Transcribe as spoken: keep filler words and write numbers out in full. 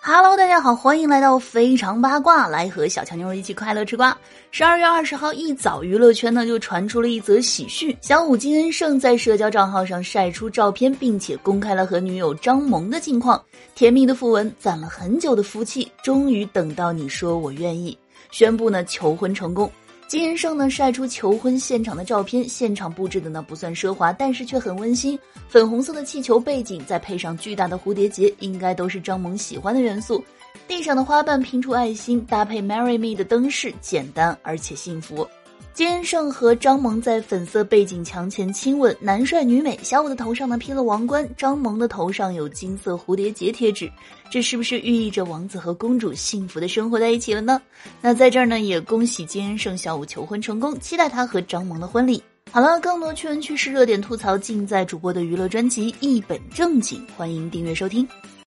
Hello， 大家好，欢迎来到非常八卦，来和小强妞一起快乐吃瓜。十二月二十号一早，娱乐圈呢就传出了一则喜讯，小五金恩盛在社交账号上晒出照片，并且公开了和女友张萌的近况。甜蜜的讣文，攒了很久的福气，终于等到你说我愿意，宣布呢求婚成功。金恩盛呢晒出求婚现场的照片，现场布置的呢不算奢华，但是却很温馨。粉红色的气球背景，再配上巨大的蝴蝶结，应该都是张萌喜欢的元素。地上的花瓣拼出爱心，搭配 Marry Me 的灯饰，简单而且幸福。金恩盛和张萌在粉色背景墙前亲吻，男帅女美。小五的头上呢披了王冠，张萌的头上有金色蝴蝶结贴纸，这是不是寓意着王子和公主幸福的生活在一起了呢？那在这儿呢也恭喜金恩盛小五求婚成功，期待他和张萌的婚礼。好了，更多趣闻趣事热点吐槽尽在主播的娱乐专辑一本正经，欢迎订阅收听。